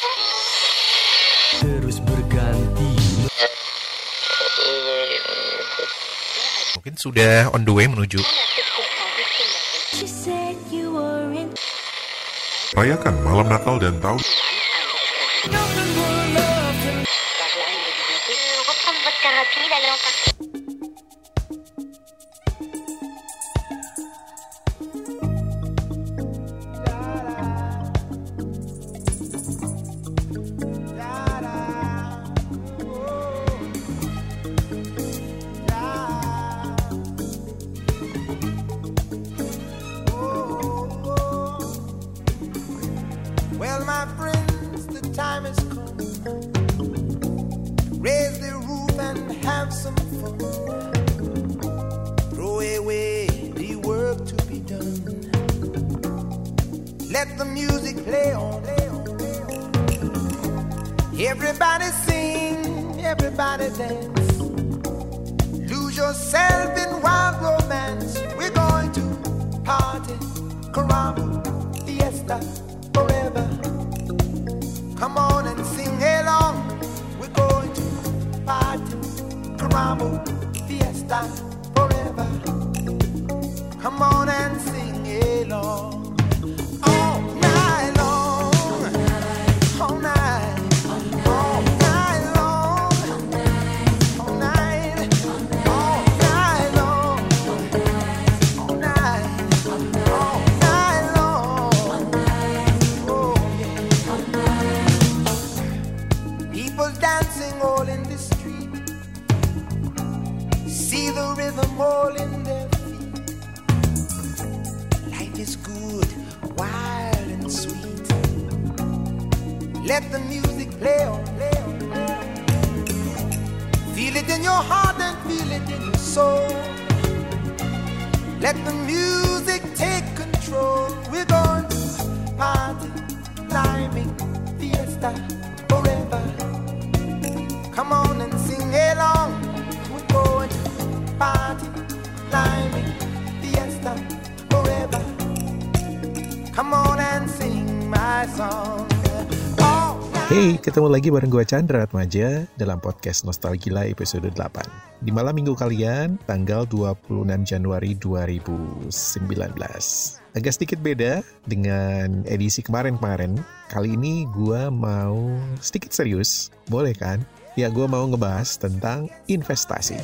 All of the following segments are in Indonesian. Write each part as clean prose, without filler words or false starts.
terus berganti. Mungkin sudah on the way menuju. Rayakan malam Natal dan tahun Well, my friends, the time has come. Raise the roof and have some fun. Throw away the work to be done. Let the music play on. Everybody sing, everybody dance. Lose yourself in wild romance. We're going to party, caramba, fiesta. Forever. Come on and sing along. We're going to party, caramba, fiesta, forever. Come on and sing along. All night long. All night. All night long. All night. All night long. All night. All night long. People dancing all in the street. See the rhythm all in their feet. Life is good, wild and sweet. Let the music play on, play on, play on. Feel it in your heart and feel it in your soul. Let the music take control. We're going to party, climbing, fiesta, forever. Come on and sing along. We're going to party, climbing, fiesta, forever. Come on and sing my song. Hey, ketemu lagi bareng gue Chandra Atmaja dalam podcast Nostalgila episode 8. Di malam minggu kalian, tanggal 26 Januari 2019. Agak sedikit beda dengan edisi kemarin-kemarin. Kali ini gue mau sedikit serius, boleh kan? Ya, gue mau ngebahas tentang investasi.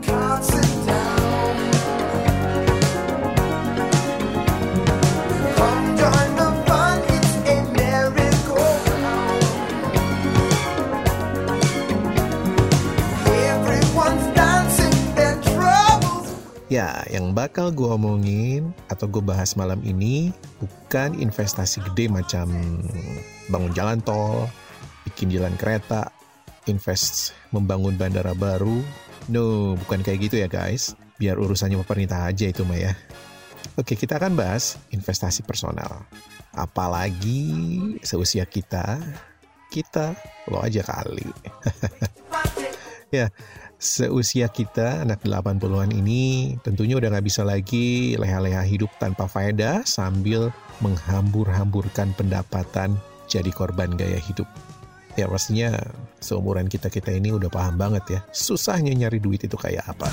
Ya, yang bakal gue omongin atau gue bahas malam ini bukan investasi gede macam bangun jalan tol, bikin jalan kereta, invest membangun bandara baru. No, bukan kayak gitu ya guys. Biar urusannya pemerintah aja itu mah ya. Oke, kita akan bahas investasi personal. Apalagi seusia kita, lo aja kali. Ya, seusia kita, anak 80-an ini tentunya udah gak bisa lagi leha-leha hidup tanpa faedah sambil menghambur-hamburkan pendapatan jadi korban gaya hidup. Ya pastinya seumuran kita ini udah paham banget ya, susahnya nyari duit itu kayak apa.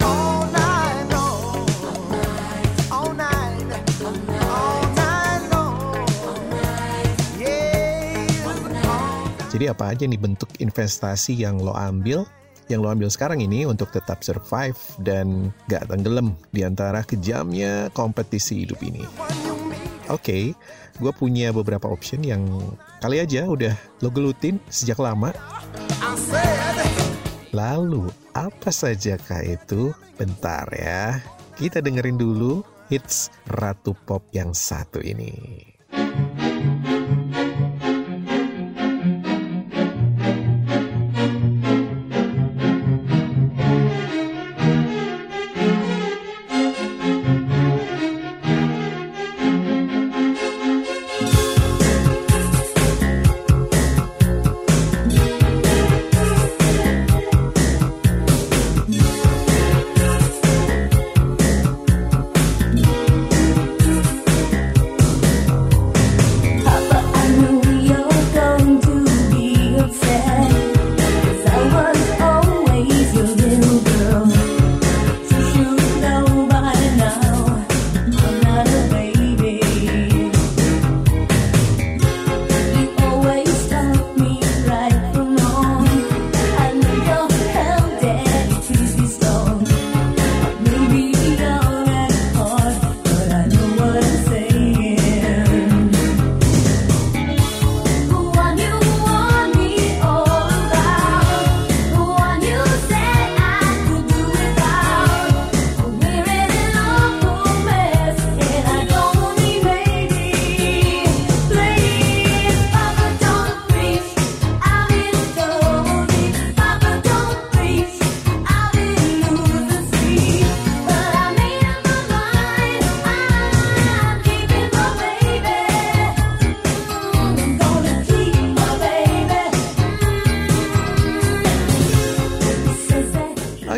Jadi apa aja nih bentuk investasi yang lo ambil sekarang ini untuk tetap survive dan gak tenggelam di antara kejamnya kompetisi hidup ini. Oke, gue punya beberapa option yang kali aja udah lo gelutin sejak lama. Lalu, apa sajakah itu? Bentar ya, kita dengerin dulu hits Ratu Pop yang satu ini.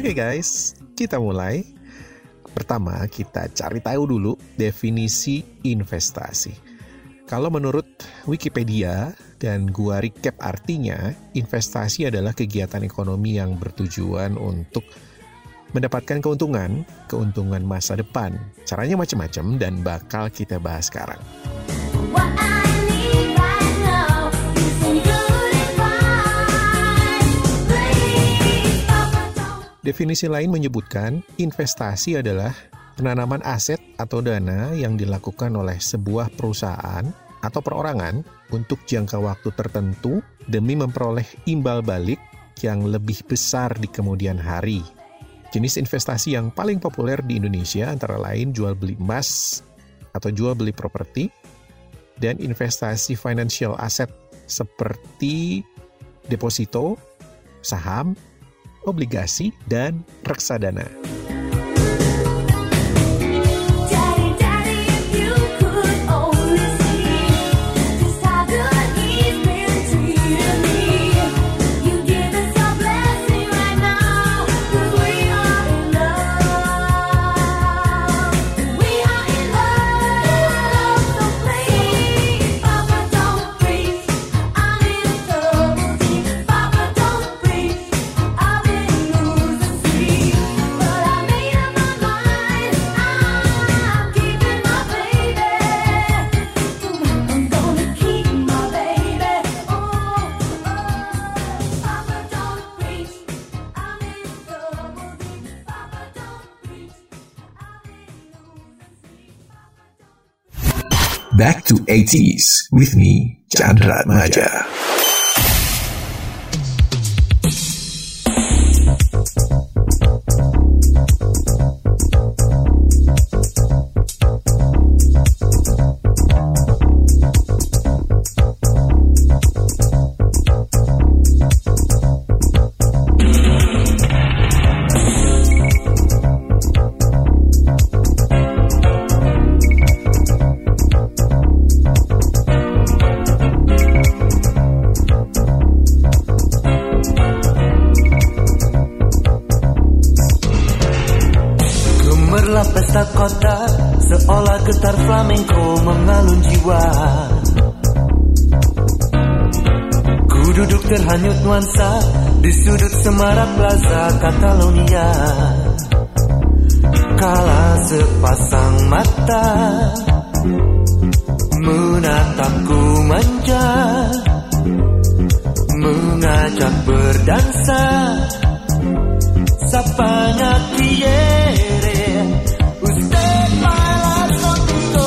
Oke guys, kita mulai. Pertama, kita cari tahu dulu definisi investasi. Kalau menurut Wikipedia, dan gua recap artinya, investasi adalah kegiatan ekonomi yang bertujuan untuk mendapatkan keuntungan masa depan. Caranya macam-macam dan bakal kita bahas sekarang. Definisi lain menyebutkan investasi adalah penanaman aset atau dana yang dilakukan oleh sebuah perusahaan atau perorangan untuk jangka waktu tertentu demi memperoleh imbal balik yang lebih besar di kemudian hari. Jenis investasi yang paling populer di Indonesia antara lain jual beli emas atau jual beli properti dan investasi financial asset seperti deposito, saham, obligasi, dan reksadana. Back to 80s with me, Chandra Maja. Pesta kota seolah getar flamenco mengalun jiwa. Ku duduk terhanyut nuansa di sudut Semarak Plaza Catalonia. Kala sepasang mata menatapku manja, mengajak berdansa. Sapanya Kiere, usted baila conmigo.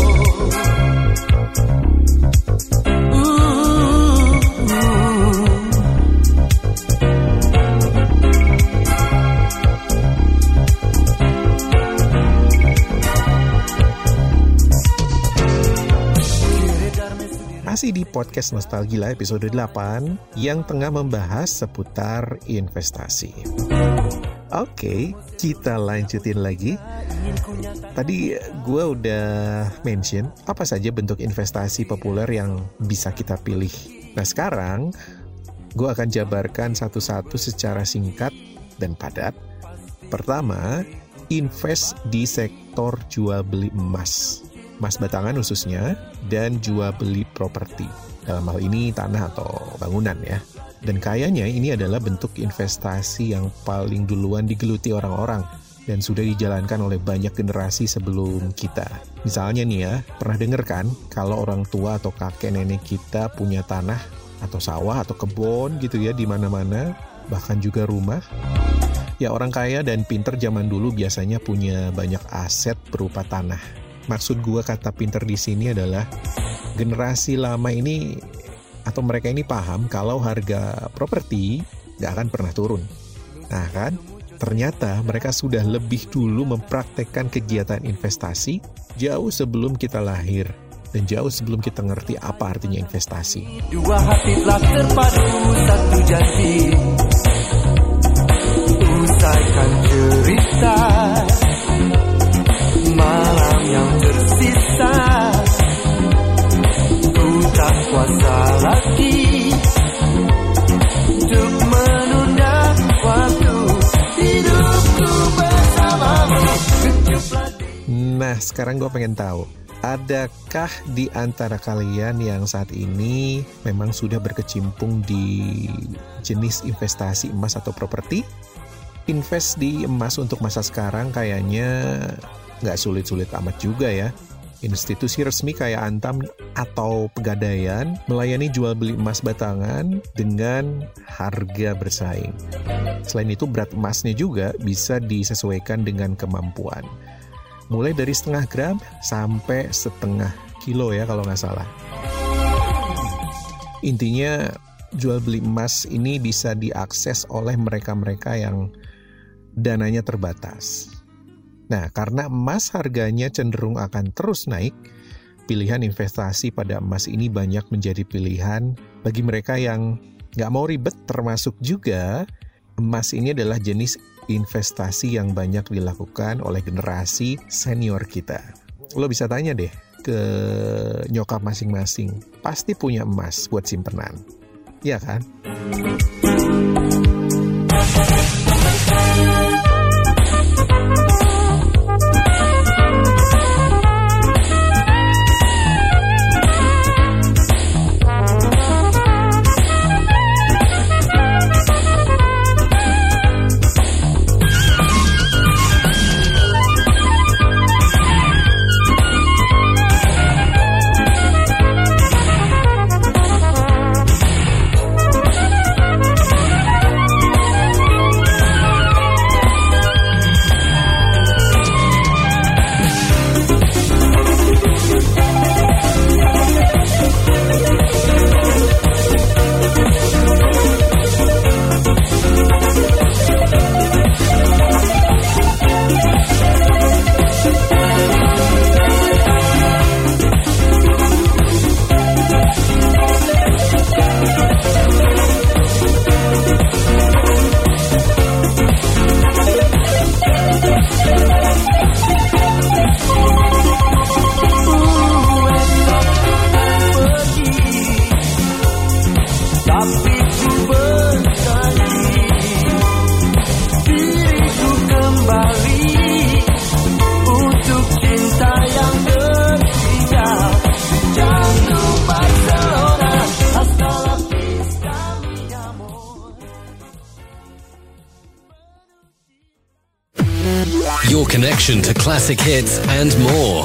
Masih di podcast Nostalgila episode 8 yang tengah membahas seputar investasi. Oke, kita lanjutin lagi. Tadi gue udah mention apa saja bentuk investasi populer yang bisa kita pilih. Nah sekarang gue akan jabarkan satu-satu secara singkat dan padat. Pertama, invest di sektor jual beli emas batangan khususnya, dan jual beli properti. Dalam hal ini tanah atau bangunan ya. Dan kayaknya ini adalah bentuk investasi yang paling duluan digeluti orang-orang dan sudah dijalankan oleh banyak generasi sebelum kita. Misalnya nih ya, pernah denger kan kalau orang tua atau kakek nenek kita punya tanah atau sawah atau kebun gitu ya di mana-mana, bahkan juga rumah. Ya orang kaya dan pinter zaman dulu biasanya punya banyak aset berupa tanah. Maksud gue kata pinter di sini adalah generasi lama ini atau mereka ini paham kalau harga properti gak akan pernah turun. Nah kan, ternyata mereka sudah lebih dulu mempraktekkan kegiatan investasi jauh sebelum kita lahir dan jauh sebelum kita ngerti apa artinya investasi. Dua hati telah terpadu satu janji, usaikan cerita malam yang tersisa. Ku tak kuasa lagi untuk menunda waktu hidup. Nah, sekarang gue pengen tahu, adakah di antara kalian yang saat ini memang sudah berkecimpung di jenis investasi emas atau properti? Invest di emas untuk masa sekarang kayaknya nggak sulit-sulit amat juga ya. Institusi resmi kayak Antam atau Pegadaian melayani jual beli emas batangan dengan harga bersaing. Selain itu, berat emasnya juga bisa disesuaikan dengan kemampuan. Mulai dari 0,5 gram sampai 0,5 kilo ya kalau nggak salah. Intinya, jual beli emas ini bisa diakses oleh mereka-mereka yang dananya terbatas. Nah, karena emas harganya cenderung akan terus naik, pilihan investasi pada emas ini banyak menjadi pilihan bagi mereka yang nggak mau ribet, termasuk juga emas ini adalah jenis investasi yang banyak dilakukan oleh generasi senior kita. Lo bisa tanya deh ke nyokap masing-masing, pasti punya emas buat simpenan, ya kan? Your connection to classic hits and more.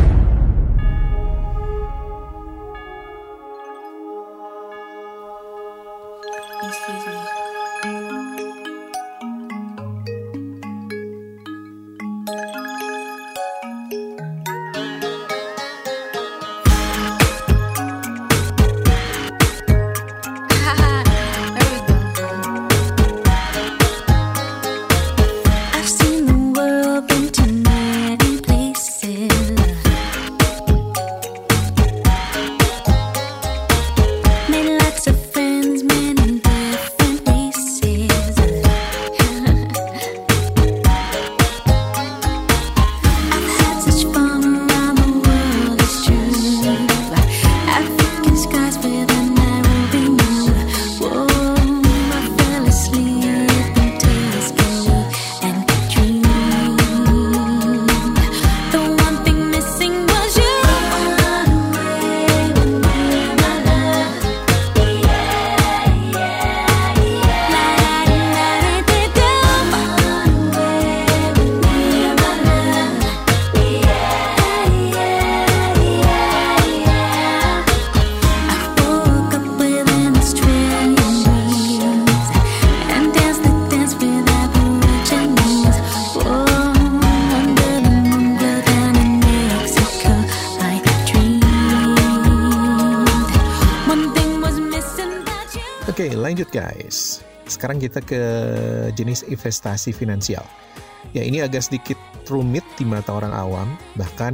Excuse me. Oke, lanjut guys. Sekarang kita ke jenis investasi finansial. Ya, ini agak sedikit rumit di mata orang awam, bahkan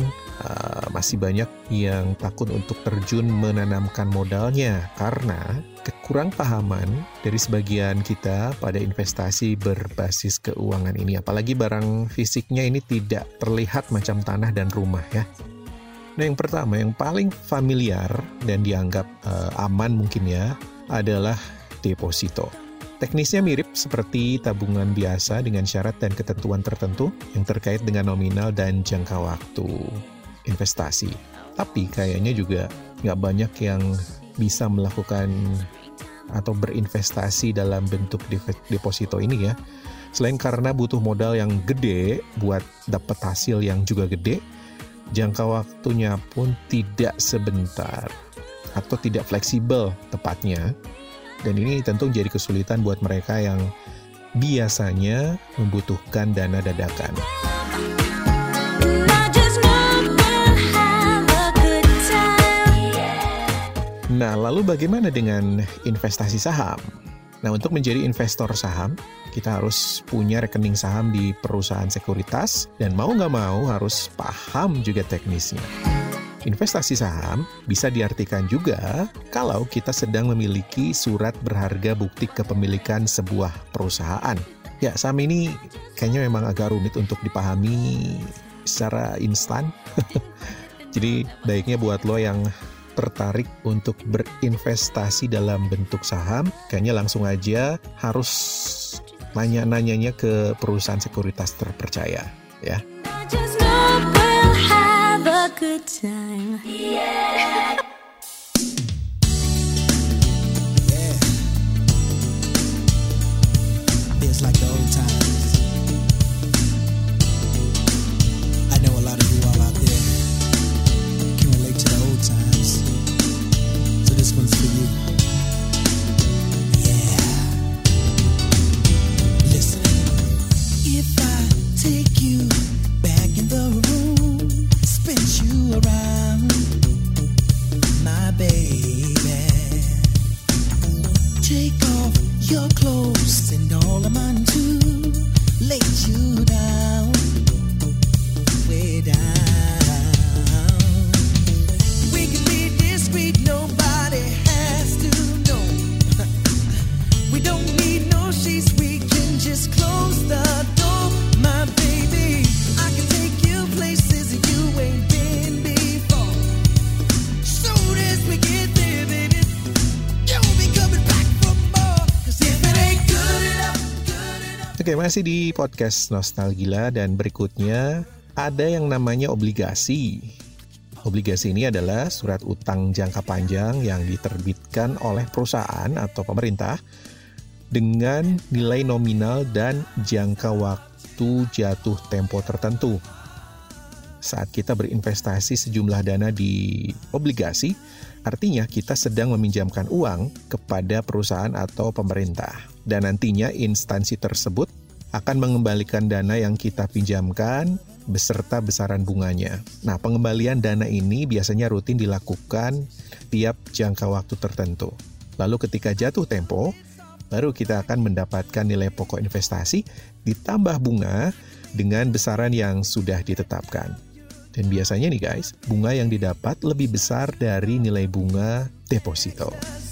masih banyak yang takut untuk terjun menanamkan modalnya karena kekurangpahaman dari sebagian kita pada investasi berbasis keuangan ini. Apalagi barang fisiknya ini tidak terlihat macam tanah dan rumah ya. Nah, yang pertama, yang paling familiar dan dianggap aman mungkin ya, adalah deposito. Teknisnya mirip seperti tabungan biasa dengan syarat dan ketentuan tertentu yang terkait dengan nominal dan jangka waktu investasi. Tapi kayaknya juga nggak banyak yang bisa melakukan atau berinvestasi dalam bentuk deposito ini ya. Selain karena butuh modal yang gede buat dapat hasil yang juga gede, jangka waktunya pun tidak sebentar atau tidak fleksibel tepatnya. Dan ini tentu jadi kesulitan buat mereka yang biasanya membutuhkan dana dadakan. Nah, lalu bagaimana dengan investasi saham? Nah, untuk menjadi investor saham, kita harus punya rekening saham di perusahaan sekuritas dan mau nggak mau harus paham juga teknisnya. Investasi saham bisa diartikan juga kalau kita sedang memiliki surat berharga bukti kepemilikan sebuah perusahaan. Ya, saham ini kayaknya memang agak rumit untuk dipahami secara instan. Jadi baiknya buat lo yang tertarik untuk berinvestasi dalam bentuk saham, kayaknya langsung aja harus nanya-nanyanya ke perusahaan sekuritas terpercaya, ya. Good time. Feels like the old times. I know a lot of you all out there can relate to the old times. So this one's for you. Yeah. Listen. If I take you back in the room, spin you around, my baby. Take off your clothes and all of mine too. Lay you down, way down. We can be discreet, nobody has to know. We don't need no sheets, we can just close the door, my baby. I can take you places you ain't been before. So as we get there, baby, you'll be coming back for more. 'Cause if it ain't good enough, good enough. Oke, masih di podcast Nostalgila dan berikutnya ada yang namanya obligasi. Obligasi ini adalah surat utang jangka panjang yang diterbitkan oleh perusahaan atau pemerintah dengan nilai nominal dan jangka waktu jatuh tempo tertentu. Saat kita berinvestasi sejumlah dana di obligasi, artinya kita sedang meminjamkan uang kepada perusahaan atau pemerintah. Dan nantinya instansi tersebut akan mengembalikan dana yang kita pinjamkan beserta besaran bunganya. Nah, pengembalian dana ini biasanya rutin dilakukan tiap jangka waktu tertentu. Lalu ketika jatuh tempo, baru kita akan mendapatkan nilai pokok investasi ditambah bunga dengan besaran yang sudah ditetapkan. Dan biasanya nih guys, bunga yang didapat lebih besar dari nilai bunga deposito.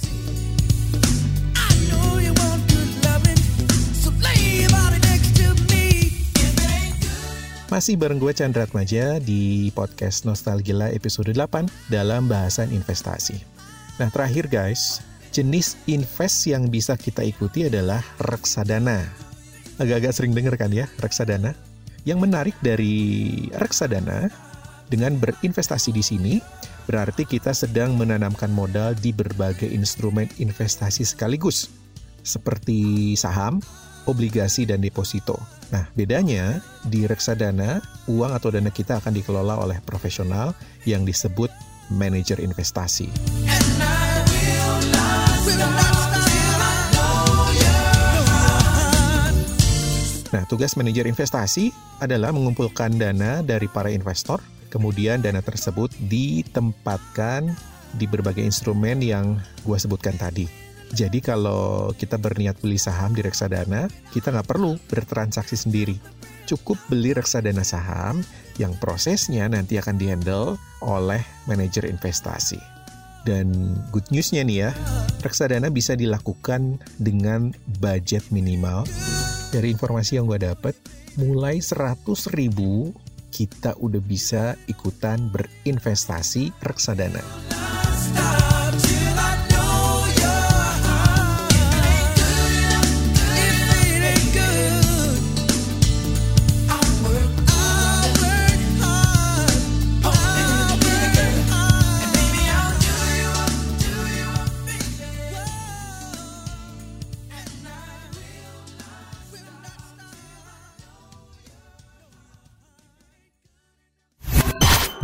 Masih bareng gue Chandra Atmaja di podcast Nostalgila episode 8 dalam bahasan investasi. Nah terakhir guys, jenis invest yang bisa kita ikuti adalah reksadana. Agak-agak sering denger kan ya, reksadana. Yang menarik dari reksadana, dengan berinvestasi di sini, berarti kita sedang menanamkan modal di berbagai instrumen investasi sekaligus, seperti saham, obligasi, dan deposito. Nah, bedanya di reksadana, uang atau dana kita akan dikelola oleh profesional yang disebut manajer investasi. Nah, tugas manajer investasi adalah mengumpulkan dana dari para investor, kemudian dana tersebut ditempatkan di berbagai instrumen yang gua sebutkan tadi. Jadi kalau kita berniat beli saham di reksadana, kita nggak perlu bertransaksi sendiri. Cukup beli reksadana saham yang prosesnya nanti akan dihandle oleh manajer investasi. Dan good news-nya nih ya, reksadana bisa dilakukan dengan budget minimal. Dari informasi yang gue dapet, mulai 100.000 kita udah bisa ikutan berinvestasi reksadana.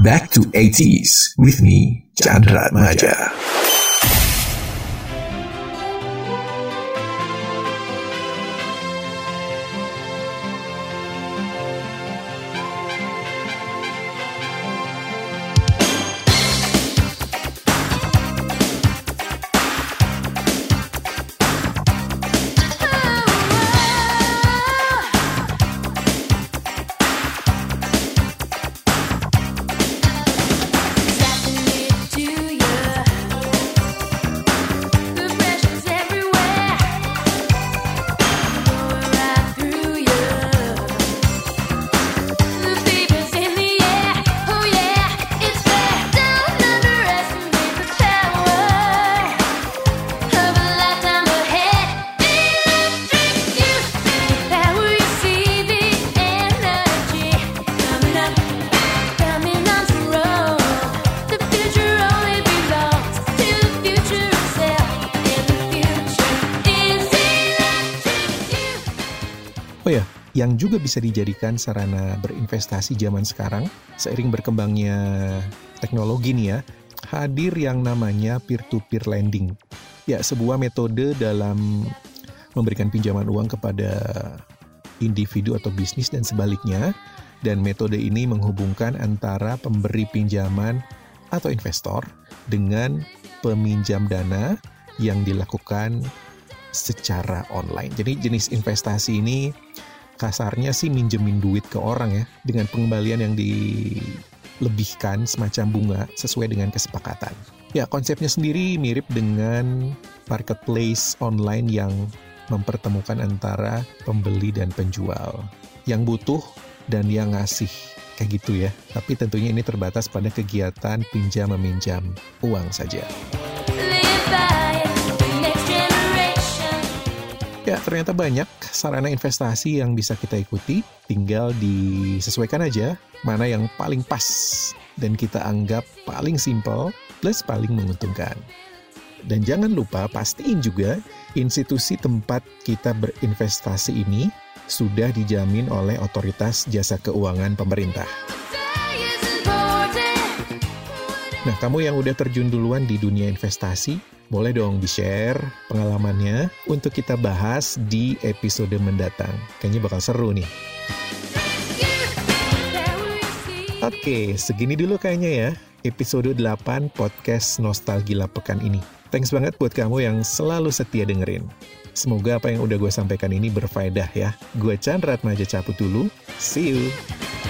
Back to 80s with me, Chandra Maja. Oh ya, yang juga bisa dijadikan sarana berinvestasi zaman sekarang, seiring berkembangnya teknologi nih ya, hadir yang namanya peer-to-peer lending. Ya, sebuah metode dalam memberikan pinjaman uang kepada individu atau bisnis dan sebaliknya. Dan metode ini menghubungkan antara pemberi pinjaman atau investor dengan peminjam dana yang dilakukan secara online. Jadi jenis investasi ini kasarnya sih minjemin duit ke orang ya, dengan pengembalian yang dilebihkan semacam bunga sesuai dengan kesepakatan. Ya, konsepnya sendiri mirip dengan marketplace online yang mempertemukan antara pembeli dan penjual, yang butuh dan yang ngasih, kayak gitu ya. Tapi tentunya ini terbatas pada kegiatan pinjam-meminjam uang saja. Ya, ternyata banyak sarana investasi yang bisa kita ikuti, tinggal disesuaikan aja mana yang paling pas dan kita anggap paling simple plus paling menguntungkan. Dan jangan lupa pastiin juga institusi tempat kita berinvestasi ini sudah dijamin oleh otoritas jasa keuangan pemerintah. Nah, kamu yang udah terjun duluan di dunia investasi, boleh dong di-share pengalamannya untuk kita bahas di episode mendatang. Kayaknya bakal seru nih. Oke, segini dulu kayaknya ya episode 8 podcast Nostalgila pekan ini. Thanks banget buat kamu yang selalu setia dengerin. Semoga apa yang udah gue sampaikan ini berfaedah ya. Gue Chandra Maja cabut dulu. See you.